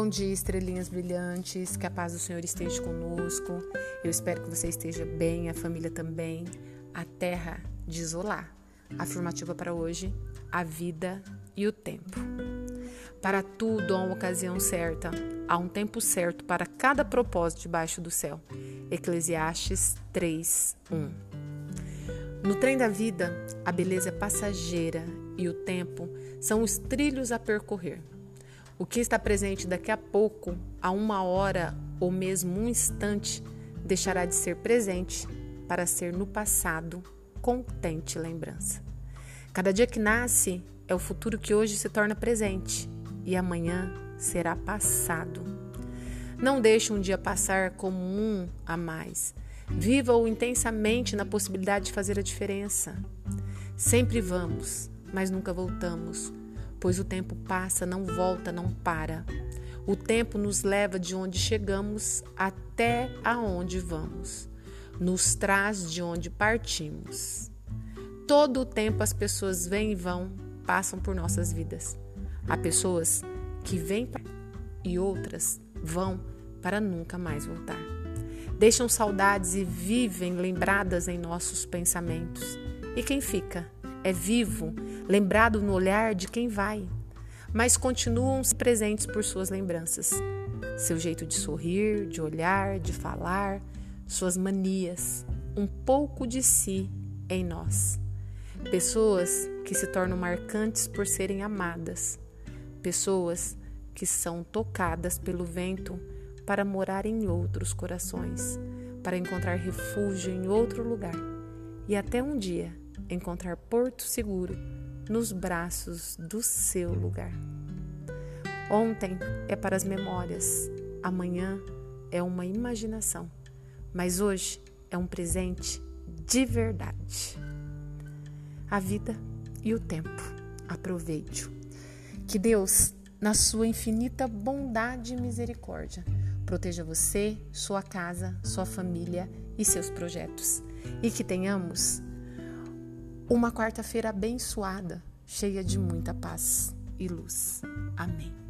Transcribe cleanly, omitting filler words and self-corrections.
Bom dia, estrelinhas brilhantes, que a paz do Senhor esteja conosco. Eu espero que você esteja bem, a família também. A terra de Isolá. Afirmativa para hoje, a vida e o tempo. Para tudo há uma ocasião certa, há um tempo certo para cada propósito debaixo do céu. Eclesiastes 3:1. No trem da vida, a beleza é passageira e o tempo são os trilhos a percorrer. O que está presente daqui a pouco, a uma hora ou mesmo um instante, deixará de ser presente para ser no passado contente lembrança. Cada dia que nasce é o futuro que hoje se torna presente e amanhã será passado. Não deixe um dia passar como um a mais. Viva-o intensamente na possibilidade de fazer a diferença. Sempre vamos, mas nunca voltamos. Pois o tempo passa, não volta, não para. O tempo nos leva de onde chegamos até aonde vamos. Nos traz de onde partimos. Todo o tempo as pessoas vêm e vão, passam por nossas vidas. Há pessoas que vêm e outras vão para nunca mais voltar. Deixam saudades e vivem lembradas em nossos pensamentos. E quem fica? É vivo, lembrado no olhar de quem vai, mas continuam presentes por suas lembranças. Seu jeito de sorrir, de olhar, de falar, suas manias, um pouco de si em nós. Pessoas que se tornam marcantes por serem amadas. Pessoas que são tocadas pelo vento para morar em outros corações, para encontrar refúgio em outro lugar e até um dia encontrar porto seguro nos braços do seu lugar. Ontem é para as memórias, amanhã é uma imaginação, mas hoje é um presente de verdade. A vida e o tempo, aproveite-o. Que Deus, na sua infinita bondade e misericórdia, proteja você, sua casa, sua família e seus projetos. E que tenhamos uma quarta-feira abençoada, cheia de muita paz e luz. Amém.